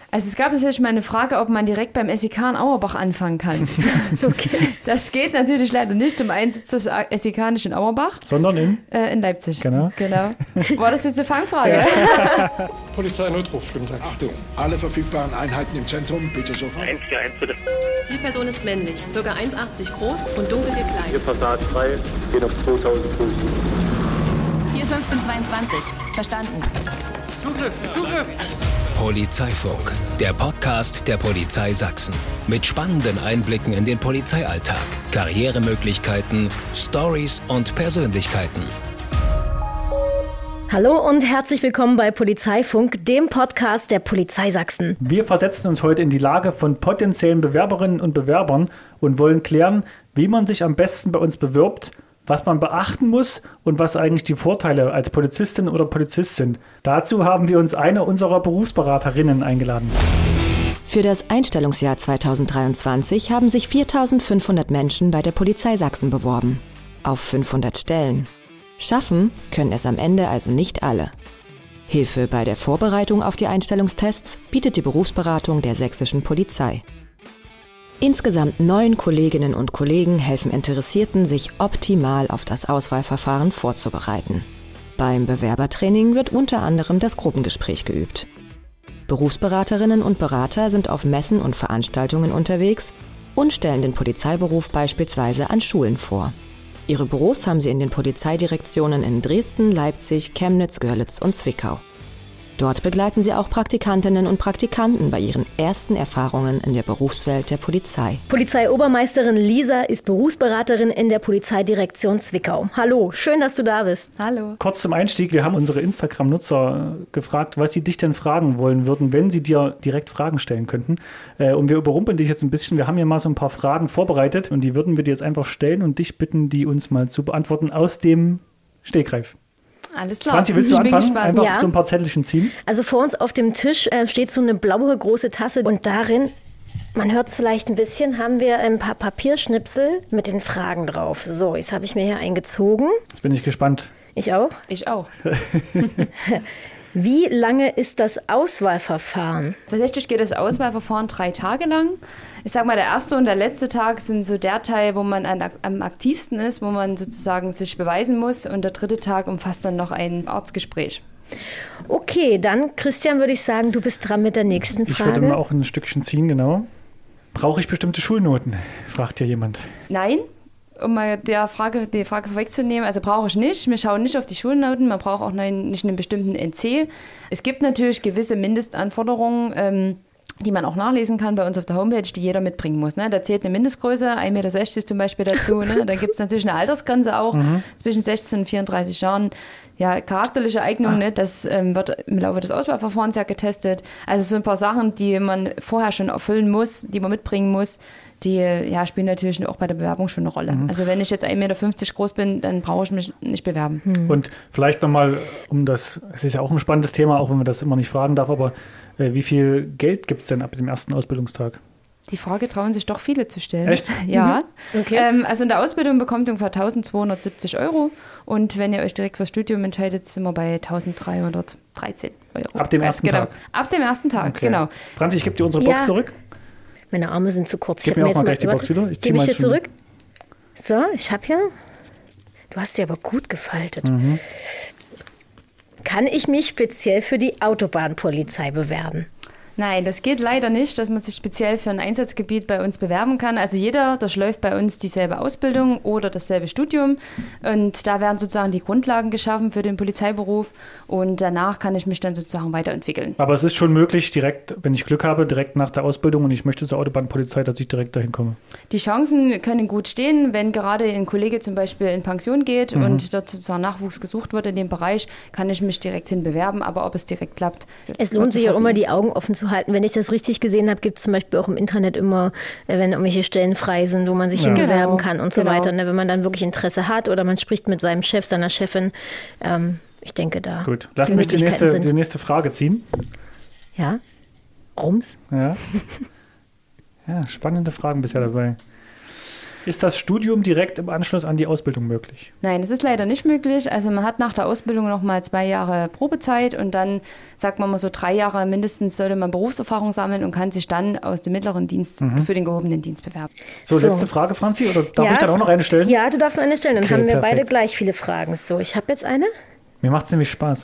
Also es gab tatsächlich mal eine Frage, ob man direkt beim SEK in Auerbach anfangen kann. Okay. Das geht natürlich leider nicht. Zum einen sitzt das SEK nicht in Auerbach. Sondern in Leipzig. Genau. War das jetzt eine Fangfrage? Ja. Polizeinotruf, guten Tag. Achtung, alle verfügbaren Einheiten im Zentrum, bitte sofort. 141 bitte. Zielperson ist männlich, ca. 1,80 groß und dunkel gekleidet. Hier Passat 3, geht auf 2000 Fuß. Hier 1522, verstanden. Zugriff! Polizeifunk, der Podcast der Polizei Sachsen. Mit spannenden Einblicken in den Polizeialltag, Karrieremöglichkeiten, Stories und Persönlichkeiten. Hallo und herzlich willkommen bei Polizeifunk, dem Podcast der Polizei Sachsen. Wir versetzen uns heute in die Lage von potenziellen Bewerberinnen und Bewerbern und wollen klären, wie man sich am besten bei uns bewirbt, was man beachten muss und was eigentlich die Vorteile als Polizistin oder Polizist sind. Dazu haben wir uns eine unserer Berufsberaterinnen eingeladen. Für das Einstellungsjahr 2023 haben sich 4.500 Menschen bei der Polizei Sachsen beworben. Auf 500 Stellen. Schaffen können es am Ende also nicht alle. Hilfe bei der Vorbereitung auf die Einstellungstests bietet die Berufsberatung der sächsischen Polizei. Insgesamt 9 Kolleginnen und Kollegen helfen Interessierten, sich optimal auf das Auswahlverfahren vorzubereiten. Beim Bewerbertraining wird unter anderem das Gruppengespräch geübt. Berufsberaterinnen und Berater sind auf Messen und Veranstaltungen unterwegs und stellen den Polizeiberuf beispielsweise an Schulen vor. Ihre Büros haben sie in den Polizeidirektionen in Dresden, Leipzig, Chemnitz, Görlitz und Zwickau. Dort begleiten sie auch Praktikantinnen und Praktikanten bei ihren ersten Erfahrungen in der Berufswelt der Polizei. Polizeiobermeisterin Lisa ist Berufsberaterin in der Polizeidirektion Zwickau. Hallo, schön, dass du da bist. Hallo. Kurz zum Einstieg, wir haben unsere Instagram-Nutzer gefragt, was sie dich denn fragen wollen würden, wenn sie dir direkt Fragen stellen könnten. Und wir überrumpeln dich jetzt ein bisschen. Wir haben hier mal so ein paar Fragen vorbereitet und die würden wir dir jetzt einfach stellen und dich bitten, die uns mal zu beantworten aus dem Stegreif. Alles klar. Franzi, willst du anfangen? Einfach ja. so ein paar Zettelchen ziehen. Also vor uns auf dem Tisch steht so eine blaue große Tasse und darin, man hört es vielleicht ein bisschen, haben wir ein paar Papierschnipsel mit den Fragen drauf. So, jetzt habe ich mir hier eingezogen. Jetzt bin ich gespannt. Ich auch? Ich auch. Wie lange ist das Auswahlverfahren? Tatsächlich geht das Auswahlverfahren 3 Tage lang. Ich sag mal, der erste und der letzte Tag sind so der Teil, wo man am aktivsten ist, wo man sozusagen sich beweisen muss. Und der dritte Tag umfasst dann noch ein Arztgespräch. Okay, dann, Christian, würde ich sagen, du bist dran mit der nächsten Frage. Ich würde mal auch ein Stückchen ziehen, genau. Brauche ich bestimmte Schulnoten? Fragt hier jemand. Nein. Um mal die Frage vorwegzunehmen, also brauche ich nicht. Wir schauen nicht auf die Schulnoten, man braucht auch nicht einen bestimmten NC. Es gibt natürlich gewisse Mindestanforderungen, die man auch nachlesen kann bei uns auf der Homepage, die jeder mitbringen muss. Ne? Da zählt eine Mindestgröße, 1,60 Meter zum Beispiel dazu. Ne? Da gibt es natürlich eine Altersgrenze auch, zwischen 16 und 34 Jahren. Ja, charakterliche Eignung, ne? Das wird im Laufe des Auswahlverfahrens ja getestet. Also so ein paar Sachen, die man vorher schon erfüllen muss, die man mitbringen muss, die spielen natürlich auch bei der Bewerbung schon eine Rolle. Also wenn ich jetzt 1,50 Meter groß bin, dann brauche ich mich nicht bewerben. Und vielleicht nochmal, es ist ja auch ein spannendes Thema, auch wenn man das immer nicht fragen darf, aber wie viel Geld gibt es denn ab dem ersten Ausbildungstag? Die Frage trauen sich doch viele zu stellen. Echt? Ja. Okay. Also in der Ausbildung bekommt ihr ungefähr 1.270 € und wenn ihr euch direkt fürs Studium entscheidet, sind wir bei 1.313 €. Ab dem ersten Tag? Ab dem ersten Tag, okay. Genau. Franzi, ich gebe dir unsere Box zurück. Meine Arme sind zu kurz. Gib mir auch mal gleich die Box wieder. Gebe ich dir zurück? So, ich habe hier. Du hast sie aber gut gefaltet. Kann ich mich speziell für die Autobahnpolizei bewerben? Nein, das geht leider nicht, dass man sich speziell für ein Einsatzgebiet bei uns bewerben kann. Also jeder durchläuft bei uns dieselbe Ausbildung oder dasselbe Studium und da werden sozusagen die Grundlagen geschaffen für den Polizeiberuf und danach kann ich mich dann sozusagen weiterentwickeln. Aber es ist schon möglich, direkt, wenn ich Glück habe, direkt nach der Ausbildung und ich möchte zur Autobahnpolizei, dass ich direkt dahin komme. Die Chancen können gut stehen, wenn gerade ein Kollege zum Beispiel in Pension geht und dort sozusagen Nachwuchs gesucht wird in dem Bereich, kann ich mich direkt hin bewerben, aber ob es direkt klappt. Es lohnt sich auch immer, die Augen offen zu halten. Wenn ich das richtig gesehen habe, gibt es zum Beispiel auch im Internet immer, wenn irgendwelche Stellen frei sind, wo man sich hinbewerben kann und so weiter. Wenn man dann wirklich Interesse hat oder man spricht mit seinem Chef, seiner Chefin, ich denke da. Gut, lass mich die nächste Frage ziehen. Ja, Rums. Ja, spannende Fragen bisher dabei. Ist das Studium direkt im Anschluss an die Ausbildung möglich? Nein, das ist leider nicht möglich. Also man hat nach der Ausbildung nochmal 2 Jahre Probezeit und dann, sagt man mal so 3 Jahre mindestens, sollte man Berufserfahrung sammeln und kann sich dann aus dem mittleren Dienst für den gehobenen Dienst bewerben. So, letzte Frage, Franzi, oder darf ich dann auch noch eine stellen? Ja, du darfst eine stellen, dann Okay, haben wir perfekt. beide gleich viele Fragen. So, ich habe jetzt eine. Mir macht es nämlich Spaß.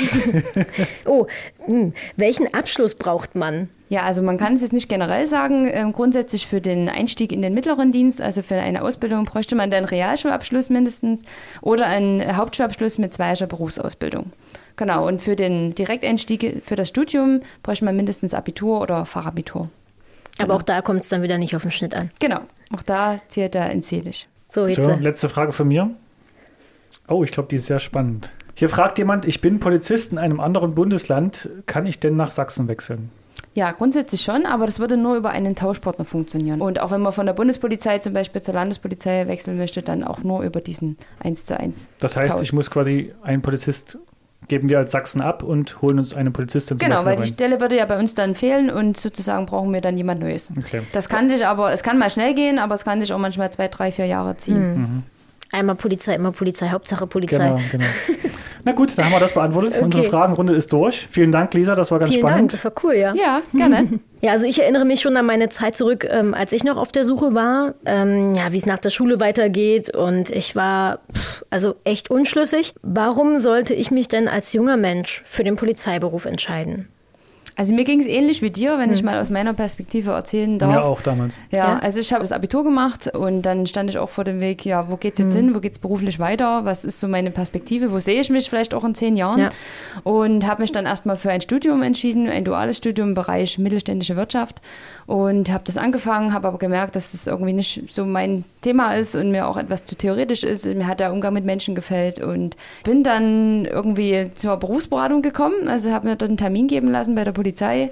Welchen Abschluss braucht man? Ja, also man kann es jetzt nicht generell sagen. Grundsätzlich für den Einstieg in den mittleren Dienst, also für eine Ausbildung, bräuchte man dann einen Realschulabschluss mindestens oder einen Hauptschulabschluss mit 2-jähriger Berufsausbildung. Genau, und für den Direkteinstieg für das Studium bräuchte man mindestens Abitur oder Fachabitur. Aber auch da kommt es dann wieder nicht auf den Schnitt an. Genau, auch da zählt er entsehlich. So, jetzt. So, letzte Frage von mir. Oh, ich glaube, die ist sehr spannend. Hier fragt jemand, ich bin Polizist in einem anderen Bundesland, kann ich denn nach Sachsen wechseln? Ja, grundsätzlich schon, aber das würde nur über einen Tauschpartner funktionieren. Und auch wenn man von der Bundespolizei zum Beispiel zur Landespolizei wechseln möchte, dann auch nur über diesen 1:1. Das heißt, Tausch. ich muss quasi einen Polizist geben wir als Sachsen ab und holen uns eine Polizistin zum Genau, Beispiel weil die rein. Stelle würde ja bei uns dann fehlen und sozusagen brauchen wir dann jemand Neues. Okay. Das kann sich aber, es kann mal schnell gehen, aber es kann sich auch manchmal 2, 3, 4 Jahre ziehen. Einmal Polizei, immer Polizei, Hauptsache Polizei. Genau. Na gut, dann haben wir das beantwortet. Okay. Unsere Fragenrunde ist durch. Vielen Dank, Lisa, das war ganz Vielen Dank, spannend. das war cool, ja. Ja, gerne. Ja, also ich erinnere mich schon an meine Zeit zurück, als ich noch auf der Suche war, wie es nach der Schule weitergeht. Und ich war also echt unschlüssig. Warum sollte ich mich denn als junger Mensch für den Polizeiberuf entscheiden? Also mir ging es ähnlich wie dir, wenn ich mal aus meiner Perspektive erzählen darf. Ja, auch damals. Ja, also ich habe das Abitur gemacht und dann stand ich auch vor dem Weg, ja, wo geht's jetzt hin, wo geht's beruflich weiter, was ist so meine Perspektive, wo sehe ich mich vielleicht auch in 10 Jahren und habe mich dann erstmal für ein Studium entschieden, ein duales Studium im Bereich mittelständische Wirtschaft und habe das angefangen, habe aber gemerkt, dass es irgendwie nicht so mein Thema ist und mir auch etwas zu theoretisch ist, mir hat der Umgang mit Menschen gefällt und bin dann irgendwie zur Berufsberatung gekommen, also habe mir dort einen Termin geben lassen bei der Polizei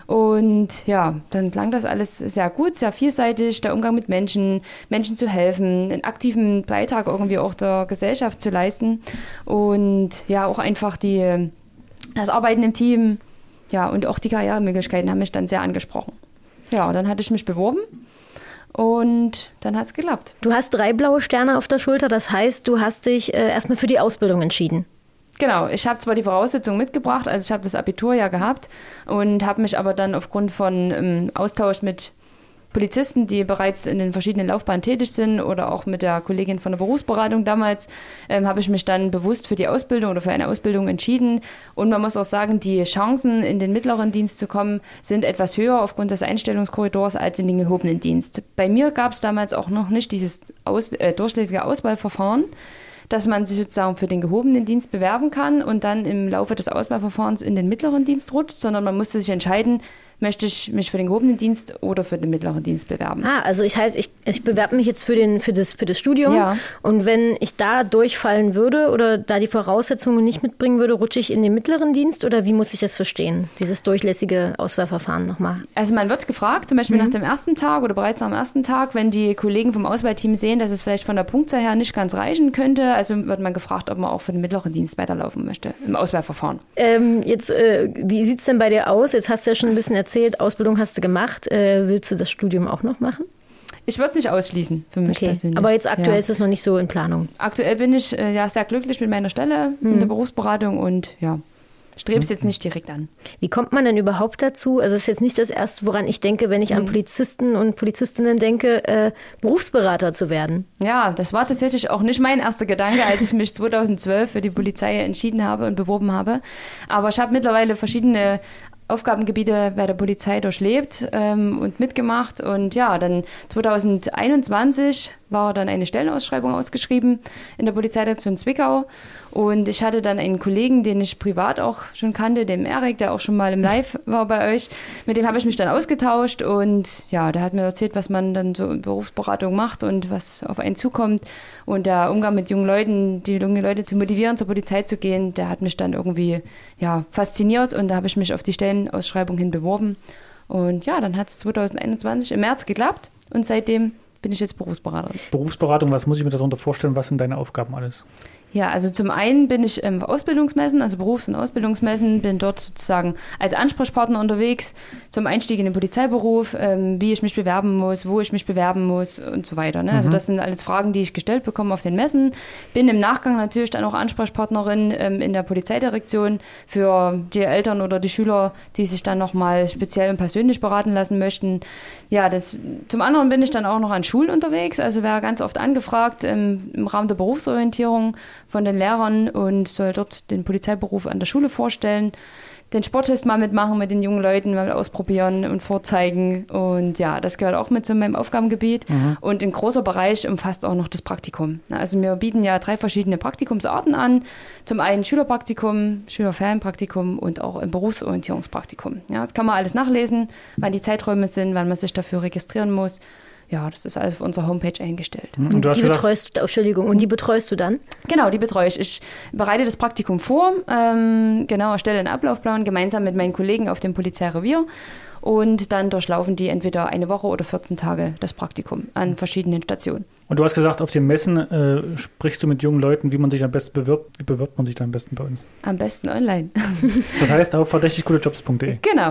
und ja, dann klang das alles sehr gut, sehr vielseitig, der Umgang mit Menschen, Menschen zu helfen, einen aktiven Beitrag irgendwie auch der Gesellschaft zu leisten und ja, auch einfach das Arbeiten im Team, ja, und auch die Karrieremöglichkeiten haben mich dann sehr angesprochen. Ja, dann hatte ich mich beworben. Und dann hat es geklappt. Du hast 3 blaue Sterne auf der Schulter, das heißt, du hast dich erstmal für die Ausbildung entschieden. Genau, ich habe zwar die Voraussetzungen mitgebracht, also ich habe das Abitur ja gehabt und habe mich aber dann aufgrund von Austausch mit Polizisten, die bereits in den verschiedenen Laufbahnen tätig sind oder auch mit der Kollegin von der Berufsberatung damals, habe ich mich dann bewusst für die Ausbildung oder für eine Ausbildung entschieden. Und man muss auch sagen, die Chancen, in den mittleren Dienst zu kommen, sind etwas höher aufgrund des Einstellungskorridors als in den gehobenen Dienst. Bei mir gab es damals auch noch nicht dieses durchlässige Auswahlverfahren, dass man sich sozusagen für den gehobenen Dienst bewerben kann und dann im Laufe des Auswahlverfahrens in den mittleren Dienst rutscht, sondern man musste sich entscheiden, möchte ich mich für den gehobenen Dienst oder für den mittleren Dienst bewerben. Also ich bewerbe mich jetzt für das Studium und wenn ich da durchfallen würde oder da die Voraussetzungen nicht mitbringen würde, rutsche ich in den mittleren Dienst oder wie muss ich das verstehen, dieses durchlässige Auswahlverfahren nochmal? Also man wird gefragt, zum Beispiel nach dem ersten Tag oder bereits nach dem ersten Tag, wenn die Kollegen vom Auswahlteam sehen, dass es vielleicht von der Punktzahl her nicht ganz reichen könnte, also wird man gefragt, ob man auch für den mittleren Dienst weiterlaufen möchte im Auswahlverfahren. Wie sieht es denn bei dir aus? Jetzt hast du ja schon ein bisschen erzählt, Ausbildung hast du gemacht. Willst du das Studium auch noch machen? Ich würde es nicht ausschließen für mich persönlich. Aber jetzt aktuell ist es noch nicht so in Planung. Aktuell bin ich sehr glücklich mit meiner Stelle in der Berufsberatung und strebe es jetzt nicht direkt an. Wie kommt man denn überhaupt dazu? Also es ist jetzt nicht das Erste, woran ich denke, wenn ich an Polizisten und Polizistinnen denke, Berufsberater zu werden. Ja, das war tatsächlich auch nicht mein erster Gedanke, als ich mich 2012 für die Polizei entschieden habe und beworben habe. Aber ich habe mittlerweile verschiedene Aufgabengebiete bei der Polizei durchlebt und mitgemacht. Und ja, dann 2021 war dann eine Stellenausschreibung ausgeschrieben in der Polizeidirektion Zwickau. Und ich hatte dann einen Kollegen, den ich privat auch schon kannte, den Erik, der auch schon mal im Live war bei euch. Mit dem habe ich mich dann ausgetauscht und ja, der hat mir erzählt, was man dann so in Berufsberatung macht und was auf einen zukommt. Und der Umgang mit jungen Leuten, die jungen Leute zu motivieren, zur Polizei zu gehen, der hat mich dann irgendwie fasziniert und da habe ich mich auf die Stellenausschreibung hin beworben. Und ja, dann hat es 2021 im März geklappt und seitdem bin ich jetzt Berufsberaterin. Berufsberatung, was muss ich mir darunter vorstellen? Was sind deine Aufgaben alles? Ja, also zum einen bin ich im Ausbildungsmessen, also Berufs- und Ausbildungsmessen, bin dort sozusagen als Ansprechpartner unterwegs zum Einstieg in den Polizeiberuf, wie ich mich bewerben muss, wo ich mich bewerben muss und so weiter. Ne? Also das sind alles Fragen, die ich gestellt bekomme auf den Messen. Bin im Nachgang natürlich dann auch Ansprechpartnerin in der Polizeidirektion für die Eltern oder die Schüler, die sich dann nochmal speziell und persönlich beraten lassen möchten. Ja, zum anderen bin ich dann auch noch an Schulen unterwegs, also wäre ganz oft angefragt im Rahmen der Berufsorientierung von den Lehrern und soll dort den Polizeiberuf an der Schule vorstellen, den Sporttest mal mitmachen mit den jungen Leuten, mal ausprobieren und vorzeigen. Und ja, das gehört auch mit zu meinem Aufgabengebiet. Und ein großer Bereich umfasst auch noch das Praktikum. Also wir bieten ja 3 verschiedene Praktikumsarten an. Zum einen Schülerpraktikum, Schülerferienpraktikum und auch ein Berufsorientierungspraktikum. Ja, das kann man alles nachlesen, wann die Zeiträume sind, wann man sich dafür registrieren muss. Ja, das ist alles auf unserer Homepage eingestellt. Und du hast die betreust du dann? Genau, die betreue ich. Ich bereite das Praktikum vor, erstelle einen Ablaufplan gemeinsam mit meinen Kollegen auf dem Polizeirevier und dann durchlaufen die entweder eine Woche oder 14 Tage das Praktikum an verschiedenen Stationen. Und du hast gesagt, auf den Messen sprichst du mit jungen Leuten, wie man sich am besten bewirbt. Wie bewirbt man sich da am besten bei uns? Am besten online. Das heißt auf verdächtiggutejobs.de. Genau.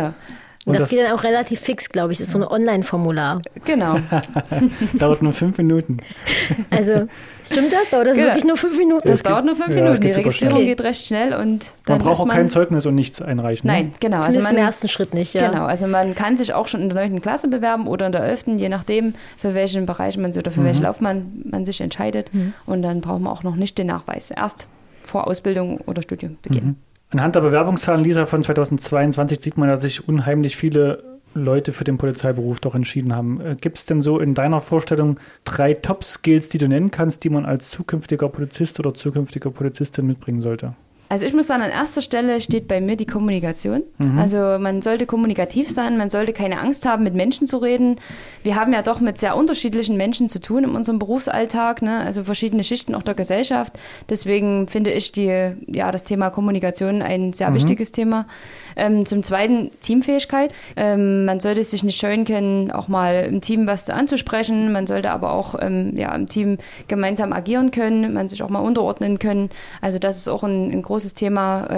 Und das geht dann auch relativ fix, glaube ich. Das ist so ein Online-Formular. Genau. Dauert nur 5 Minuten. Also, stimmt das? Dauert das wirklich nur 5 Minuten? Das dauert nur 5 Minuten. Die Registrierung geht recht schnell. Und dann man braucht auch kein Zeugnis und nichts einreichen. Nein, genau. Zumindest im ersten Schritt nicht, ja. Genau, also man kann sich auch schon in der 9. Klasse bewerben oder in der 11., je nachdem, für welchen Bereich man oder für welche Laufbahn man sich entscheidet. Und dann braucht man auch noch nicht den Nachweis. Erst vor Ausbildung oder Studium beginnen. Anhand der Bewerbungszahlen, Lisa, von 2022 sieht man, dass sich unheimlich viele Leute für den Polizeiberuf doch entschieden haben. Gibt es denn so in deiner Vorstellung 3 Top-Skills, die du nennen kannst, die man als zukünftiger Polizist oder zukünftige Polizistin mitbringen sollte? Also ich muss sagen, an erster Stelle steht bei mir die Kommunikation. Also man sollte kommunikativ sein, man sollte keine Angst haben, mit Menschen zu reden. Wir haben ja doch mit sehr unterschiedlichen Menschen zu tun in unserem Berufsalltag, ne? Also verschiedene Schichten auch der Gesellschaft. Deswegen finde ich das Thema Kommunikation ein sehr wichtiges Thema. Zum Zweiten Teamfähigkeit. Man sollte sich nicht scheuen können, auch mal im Team was anzusprechen. Man sollte aber auch im Team gemeinsam agieren können, man sich auch mal unterordnen können. Also das ist auch ein großes Thema.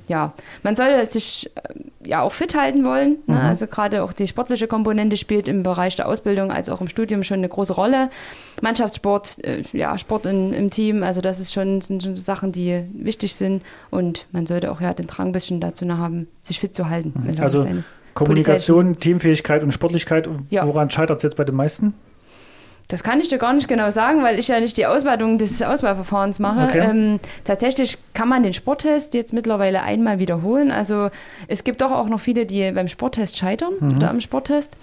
Man sollte sich auch fit halten wollen. Ne? Also gerade auch die sportliche Komponente spielt im Bereich der Ausbildung als auch im Studium schon eine große Rolle. Mannschaftssport, Sport im Team, also das sind schon Sachen, die wichtig sind. Und man sollte auch den Drang ein bisschen dazu haben, sich fit zu halten. Also Kommunikation, Teamfähigkeit und Sportlichkeit. Woran scheitert es jetzt bei den meisten? Das kann ich dir gar nicht genau sagen, weil ich ja nicht die Auswertung des Auswahlverfahrens mache. Okay. Tatsächlich kann man den Sporttest jetzt mittlerweile einmal wiederholen. Also es gibt doch auch noch viele, die beim Sporttest scheitern oder am Sporttest.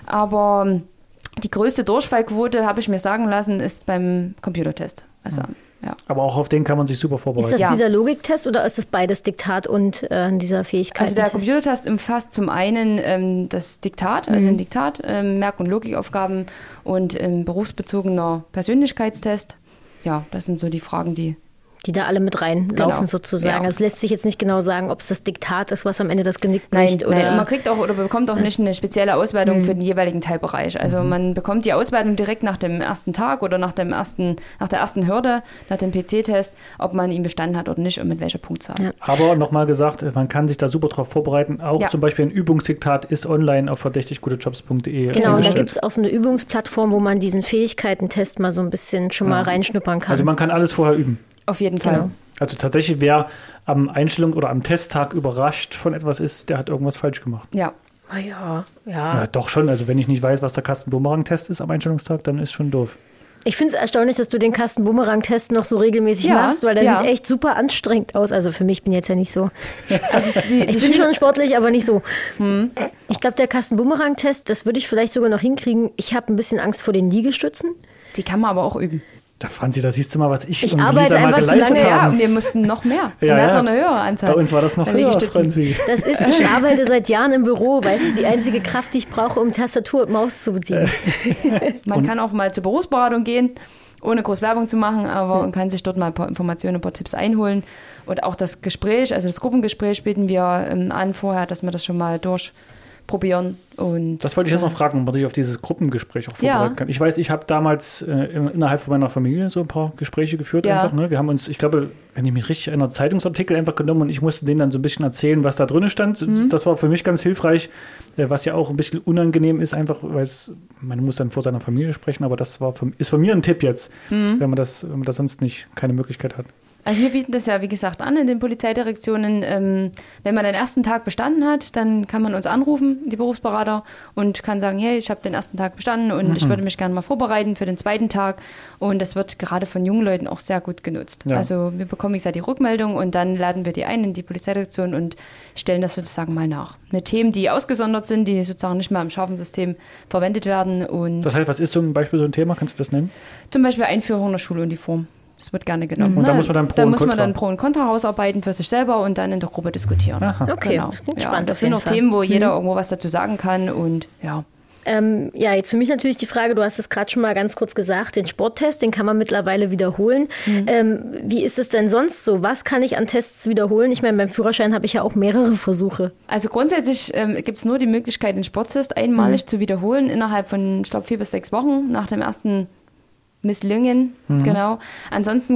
Aber die größte Durchfallquote, habe ich mir sagen lassen, ist beim Computertest. Also, ja. Aber auch auf den kann man sich super vorbereiten. Ist das dieser Logiktest oder ist das beides Diktat und dieser Fähigkeit? Also der Computertest umfasst zum einen das Diktat, also ein Diktat, Merk- und Logikaufgaben und berufsbezogener Persönlichkeitstest. Ja, das sind so die Fragen, die da alle mit reinlaufen sozusagen. Ja. Also es lässt sich jetzt nicht genau sagen, ob es das Diktat ist, was am Ende das Genick bricht. Nein, und man kriegt auch oder bekommt auch nicht eine spezielle Auswertung für den jeweiligen Teilbereich. Also man bekommt die Auswertung direkt nach dem ersten Tag oder nach der ersten Hürde, nach dem PC-Test, ob man ihn bestanden hat oder nicht und mit welcher Punktzahl. Ja. Aber nochmal gesagt, man kann sich da super drauf vorbereiten. Auch zum Beispiel ein Übungsdiktat ist online auf verdächtiggutejobs.de. Genau, und da gibt es auch so eine Übungsplattform, wo man diesen Fähigkeiten-Test mal so ein bisschen schon mal reinschnuppern kann. Also man kann alles vorher üben. Auf jeden Fall. Genau. Also tatsächlich, wer am Einstellung oder am Testtag überrascht von etwas ist, der hat irgendwas falsch gemacht. Ja. Ja, doch schon. Also wenn ich nicht weiß, was der Kasten-Bumerang-Test ist am Einstellungstag, dann ist schon doof. Ich finde es erstaunlich, dass du den Kasten-Bumerang-Test noch so regelmäßig machst, weil der sieht echt super anstrengend aus. Also für mich bin jetzt ja nicht so. Also ich bin schon sportlich, aber nicht so. Ich glaube, der Kasten-Bumerang-Test, das würde ich vielleicht sogar noch hinkriegen. Ich habe ein bisschen Angst vor den Liegestützen. Die kann man aber auch üben. Da, Franzi, da siehst du mal, was ich und arbeite Lisa mal geleistet zu lange, haben. Ja, und wir mussten noch mehr. Wir hatten noch eine höhere Anzahl. Bei uns war das noch höher, Franzi. Ich arbeite seit Jahren im Büro, weißt du, die einzige Kraft, die ich brauche, um Tastatur und Maus zu bedienen. Man kann auch mal zur Berufsberatung gehen, ohne groß Werbung zu machen, aber man kann sich dort mal ein paar Informationen, ein paar Tipps einholen. Und auch das Gespräch, also das Gruppengespräch bieten wir an vorher, dass man das schon mal probieren. Und das wollte ich jetzt noch fragen, ob man sich auf dieses Gruppengespräch auch vorbereiten kann. Ich weiß, ich habe damals innerhalb von meiner Familie so ein paar Gespräche geführt. Einfach, ne? Wir haben uns, ich glaube, wenn ich mich richtig erinnere, Zeitungsartikel einfach genommen und ich musste denen dann so ein bisschen erzählen, was da drin stand. Das war für mich ganz hilfreich, was ja auch ein bisschen unangenehm ist, einfach, weil man muss dann vor seiner Familie sprechen, aber das ist von mir ein Tipp jetzt, wenn man das sonst keine Möglichkeit hat. Also wir bieten das ja, wie gesagt, an in den Polizeidirektionen. Wenn man den ersten Tag bestanden hat, dann kann man uns anrufen, die Berufsberater, und kann sagen, hey, ich habe den ersten Tag bestanden und ich würde mich gerne mal vorbereiten für den zweiten Tag. Und das wird gerade von jungen Leuten auch sehr gut genutzt. Ja. Also wir bekommen, wie gesagt, die Rückmeldung und dann laden wir die ein in die Polizeidirektion und stellen das sozusagen mal nach. Mit Themen, die ausgesondert sind, die sozusagen nicht mal im scharfen System verwendet werden. Und das heißt, was ist zum Beispiel so ein Thema? Kannst du das nennen? Zum Beispiel Einführung der Schuluniform. Das wird gerne genommen. Und da muss man dann Pro und Contra rausarbeiten für sich selber und dann in der Gruppe diskutieren. Aha. Okay, genau. Das klingt spannend. Das sind auch Themen, wo jeder irgendwo was dazu sagen kann und ja. Jetzt für mich natürlich die Frage, du hast es gerade schon mal ganz kurz gesagt, den Sporttest, den kann man mittlerweile wiederholen. Wie ist es denn sonst so? Was kann ich an Tests wiederholen? Ich meine, beim Führerschein habe ich ja auch mehrere Versuche. Also grundsätzlich gibt es nur die Möglichkeit, den Sporttest einmalig zu wiederholen innerhalb von, ich glaube, 4 bis 6 Wochen nach dem ersten Misslingen, genau. Ansonsten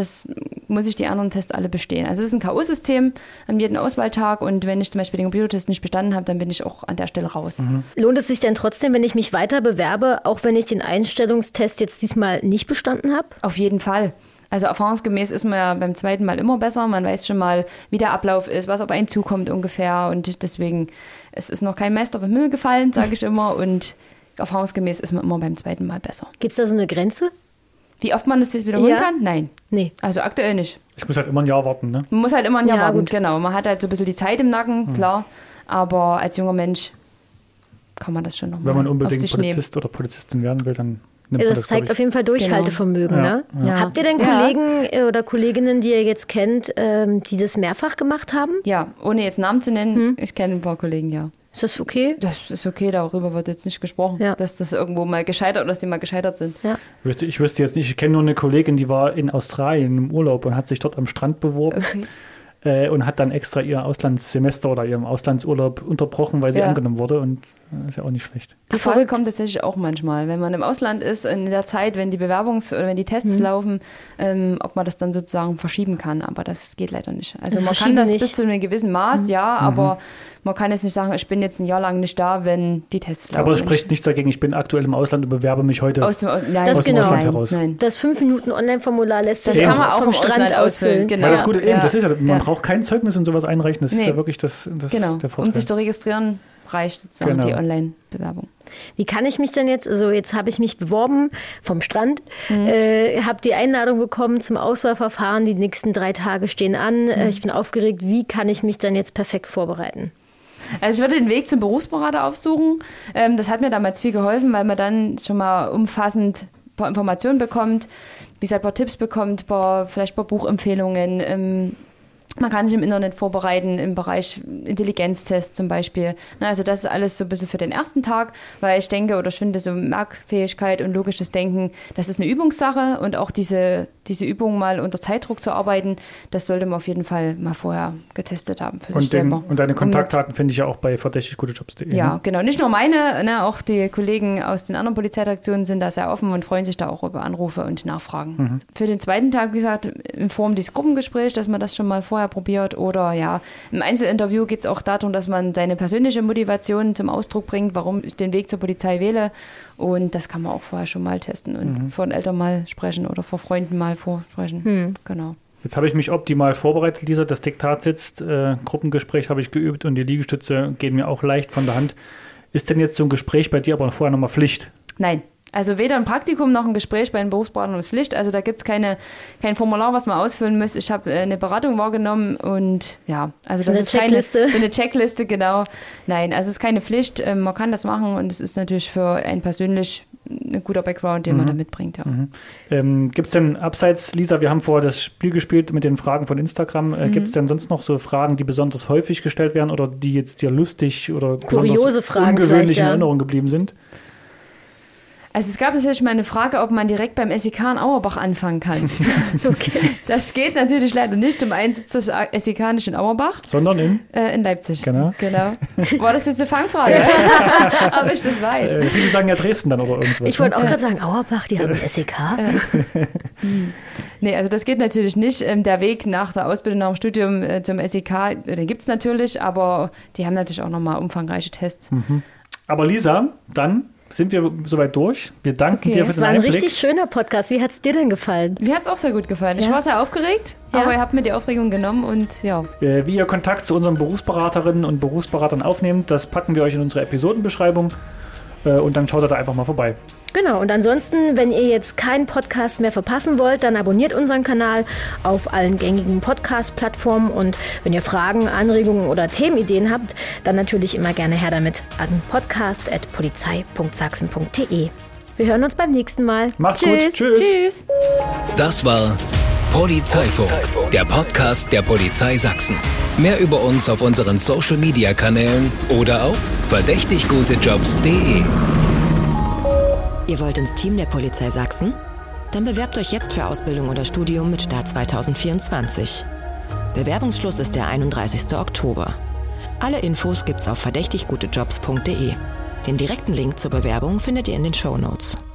muss ich die anderen Tests alle bestehen. Also es ist ein K.O.-System an jedem Auswahltag und wenn ich zum Beispiel den Computertest nicht bestanden habe, dann bin ich auch an der Stelle raus. Lohnt es sich denn trotzdem, wenn ich mich weiter bewerbe, auch wenn ich den Einstellungstest jetzt diesmal nicht bestanden habe? Auf jeden Fall. Also erfahrungsgemäß ist man ja beim zweiten Mal immer besser. Man weiß schon mal, wie der Ablauf ist, was auf einen zukommt ungefähr und deswegen, es ist noch kein Meister vom Himmel gefallen, sage ich immer, und erfahrungsgemäß ist man immer beim zweiten Mal besser. Gibt es da so eine Grenze? Wie oft man das jetzt wiederholen kann? Nein. Nee. Also aktuell nicht. Ich muss halt immer ein Jahr warten, ne? Man muss halt immer ein Jahr warten, gut. genau. Man hat halt so ein bisschen die Zeit im Nacken, klar. Aber als junger Mensch kann man das schon noch mal Wenn man unbedingt auf sich Polizist oder Polizistin werden will, dann nimmt man das zeigt auf jeden Fall Durchhaltevermögen, ne? Ja. Habt ihr denn Kollegen oder Kolleginnen, die ihr jetzt kennt, die das mehrfach gemacht haben? Ja, ohne jetzt Namen zu nennen, ich kenne ein paar Kollegen, ja. Ist das okay? Das ist okay, darüber wird jetzt nicht gesprochen, dass das irgendwo mal gescheitert oder dass die mal gescheitert sind. Ja. Ich wüsste jetzt nicht, ich kenne nur eine Kollegin, die war in Australien im Urlaub und hat sich dort am Strand beworben. Okay. Und hat dann extra ihr Auslandssemester oder ihren Auslandsurlaub unterbrochen, weil sie angenommen wurde und ist ja auch nicht schlecht. Die Frage kommt tatsächlich auch manchmal, wenn man im Ausland ist, in der Zeit, wenn die oder wenn die Tests laufen, ob man das dann sozusagen verschieben kann, aber das geht leider nicht. Also man kann das bis zu einem gewissen Maß, aber man kann jetzt nicht sagen, ich bin jetzt ein Jahr lang nicht da, wenn die Tests laufen. Aber es spricht nichts dagegen, ich bin aktuell im Ausland und bewerbe mich heute aus dem Ausland heraus. Nein. Das 5-Minuten-Online-Formular lässt sich kann man auch vom Strand ausfüllen. Genau. Weil das Gute das ist ja, man braucht kein Zeugnis und sowas einreichen, das ist ja wirklich der Vorteil. Um sich zu registrieren, reicht sozusagen die Online-Bewerbung. Wie kann ich mich denn jetzt, also jetzt habe ich mich beworben vom Strand, habe die Einladung bekommen zum Auswahlverfahren, die nächsten 3 Tage stehen an, ich bin aufgeregt, wie kann ich mich dann jetzt perfekt vorbereiten? Also ich würde den Weg zum Berufsberater aufsuchen. Das hat mir damals viel geholfen, weil man dann schon mal umfassend ein paar Informationen bekommt, wie gesagt, ein paar Tipps bekommt, vielleicht ein paar Buchempfehlungen. Man kann sich im Internet vorbereiten, im Bereich Intelligenztest zum Beispiel. Also das ist alles so ein bisschen für den ersten Tag, weil ich denke oder ich finde, so Merkfähigkeit und logisches Denken, das ist eine Übungssache und auch diese Übung mal unter Zeitdruck zu arbeiten, das sollte man auf jeden Fall mal vorher getestet haben für sich selber. Und deine Kontaktdaten finde ich ja auch bei verdächtiggutejobs.de. Ja, genau. Nicht nur meine, auch die Kollegen aus den anderen Polizeidirektionen sind da sehr offen und freuen sich da auch über Anrufe und Nachfragen. Für den zweiten Tag, wie gesagt, in Form dieses Gruppengesprächs, dass man das schon mal vorher probiert oder im Einzelinterview geht es auch darum, dass man seine persönliche Motivation zum Ausdruck bringt, warum ich den Weg zur Polizei wähle und das kann man auch vorher schon mal testen und vor den Eltern mal sprechen oder vor Freunden mal vorsprechen. Genau. Jetzt habe ich mich optimal vorbereitet, Lisa, das Diktat sitzt, Gruppengespräch habe ich geübt und die Liegestütze gehen mir auch leicht von der Hand. Ist denn jetzt so ein Gespräch bei dir aber vorher nochmal Pflicht? Nein. Also weder ein Praktikum noch ein Gespräch bei den Berufsberatern ist Pflicht. Also da gibt es kein Formular, was man ausfüllen muss. Ich habe eine Beratung wahrgenommen und also das ist Checkliste. Eine Checkliste, genau. Nein, also es ist keine Pflicht. Man kann das machen und es ist natürlich für einen persönlich ein guter Background, den man da mitbringt. Ja. Gibt es denn abseits, Lisa, wir haben vorher das Spiel gespielt mit den Fragen von Instagram. Gibt es denn sonst noch so Fragen, die besonders häufig gestellt werden oder die jetzt dir lustig oder kuriose Fragen ungewöhnlich in Erinnerung geblieben sind? Also es gab tatsächlich mal eine Frage, ob man direkt beim SEK in Auerbach anfangen kann. Okay. Das geht natürlich leider nicht zum Einsatz des SEK nicht in Auerbach. Sondern in Leipzig. Genau. War das jetzt eine Fangfrage? Aber ich das weiß. Viele sagen ja Dresden dann oder irgendwas. Ich wollte auch gerade sagen, Auerbach, die haben ein SEK. Nee, also das geht natürlich nicht. Der Weg nach der Ausbildung, nach dem Studium zum SEK, den gibt es natürlich, aber die haben natürlich auch nochmal umfangreiche Tests. Aber Lisa, dann sind wir soweit durch. Wir danken dir für den Einblick. Es war ein richtig schöner Podcast. Wie hat es dir denn gefallen? Mir hat es auch sehr gut gefallen. Ich war sehr aufgeregt, aber ihr habt mir die Aufregung genommen und ja. Wie ihr Kontakt zu unseren Berufsberaterinnen und Berufsberatern aufnehmt, das packen wir euch in unsere Episodenbeschreibung und dann schaut da einfach mal vorbei. Genau, und ansonsten, wenn ihr jetzt keinen Podcast mehr verpassen wollt, dann abonniert unseren Kanal auf allen gängigen Podcast-Plattformen und wenn ihr Fragen, Anregungen oder Themenideen habt, dann natürlich immer gerne her damit an podcast@polizei.sachsen.de. Wir hören uns beim nächsten Mal. Macht's gut. Tschüss. Das war Polizeifunk, der Podcast der Polizei Sachsen. Mehr über uns auf unseren Social-Media-Kanälen oder auf verdächtiggutejobs.de. Ihr wollt ins Team der Polizei Sachsen? Dann bewerbt euch jetzt für Ausbildung oder Studium mit Start 2024. Bewerbungsschluss ist der 31. Oktober. Alle Infos gibt's auf verdächtiggutejobs.de. Den direkten Link zur Bewerbung findet ihr in den Shownotes.